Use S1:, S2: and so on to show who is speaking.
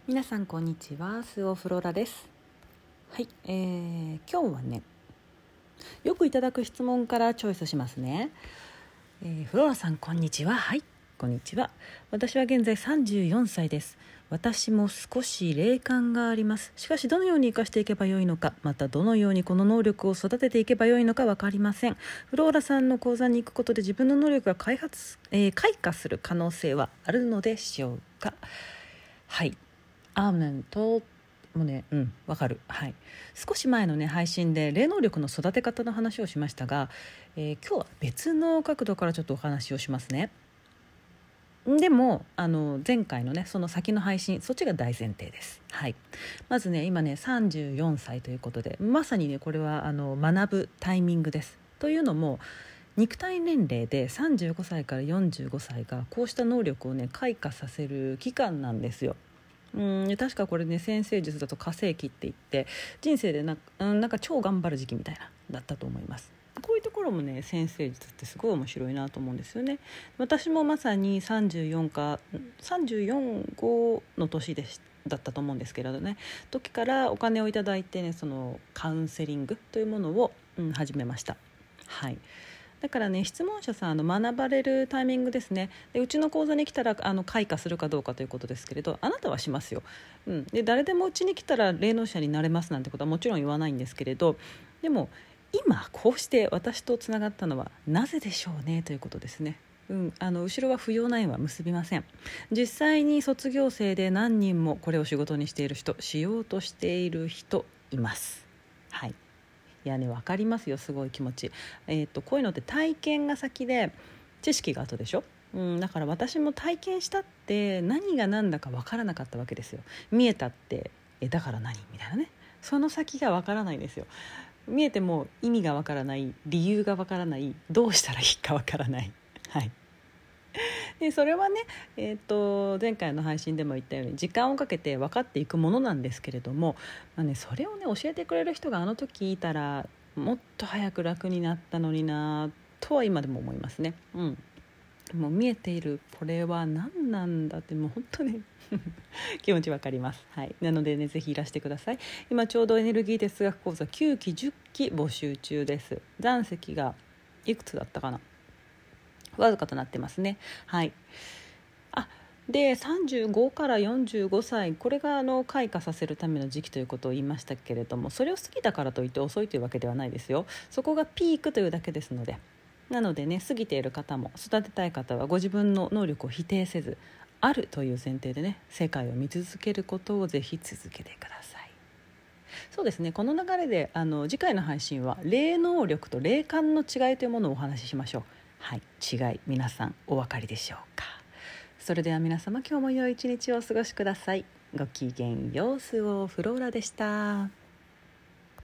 S1: 皆さんこんにちは、スオフローラです。はい、今日はね、よくいただく質問からチョイスしますね。フローラさんこんにちは。はい、こんにちは。私は現在34歳です。私も少し霊感があります。しかしどのように生かしていけばよいのか、またどのようにこの能力を育てていけばよいのか分かりません。フローラさんの講座に行くことで自分の能力が開花する可能性はあるのでしょうか。はい、アーメンともうね、わかる。はい、少し前のね配信で霊能力の育て方の話をしましたが、今日は別の角度からちょっとお話をしますね。でも前回のねその先の配信、そっちが大前提です。はい、まずね今ね34歳ということで、まさにねこれは学ぶタイミングです。というのも肉体年齢で35歳から45歳がこうした能力をね開花させる期間なんですよ。確かこれね先生術だと火星期って言って、人生でなんか超頑張る時期みたいなだったと思います。こういうところもね先生術ってすごい面白いなと思うんですよね。私もまさに34か34、5の年だったと思うんですけれどね、時からお金をいただいてね、そのカウンセリングというものを、始めました。はい、だからね質問者さん学ばれるタイミングですね。でうちの講座に来たら開花するかどうかということですけれど、あなたはしますよ。で誰でもうちに来たら霊能者になれますなんてことはもちろん言わないんですけれど、でも今こうして私とつながったのはなぜでしょうねということですね。後ろは不要な縁は結びません。実際に卒業生で何人もこれを仕事にしている人、しようとしている人います。はい、いやね分かりますよ、すごい気持ち。こういうのって体験が先で知識が後でしょ。だから私も体験したって何が何だか分からなかったわけですよ。見えたってだから何みたいなね、その先が分からないんですよ。見えても意味が分からない、理由が分からない、どうしたらいいか分からない。はい、でそれはね、前回の配信でも言ったように時間をかけて分かっていくものなんですけれども、それをね教えてくれる人があの時いたらもっと早く楽になったのになとは今でも思いますね。もう見えているこれは何なんだって、もう本当に気持ち分かります。はい、なのでねぜひいらしてください。今ちょうどエネルギー哲学講座9期10期募集中です。残席がいくつだったかな、わずかとなってますね。はい、で35から45歳、これが開花させるための時期ということを言いましたけれども、それを過ぎたからといって遅いというわけではないですよ。そこがピークというだけですので。なのでね過ぎている方も育てたい方はご自分の能力を否定せず、あるという前提でね世界を見続けることをぜひ続けてください。そうですね、この流れで次回の配信は霊能力と霊感の違いというものをお話ししましょう。はい、違い皆さんお分かりでしょうか。それでは皆様今日も良い一日をお過ごしください。ごきげんよう、スオフローラでした。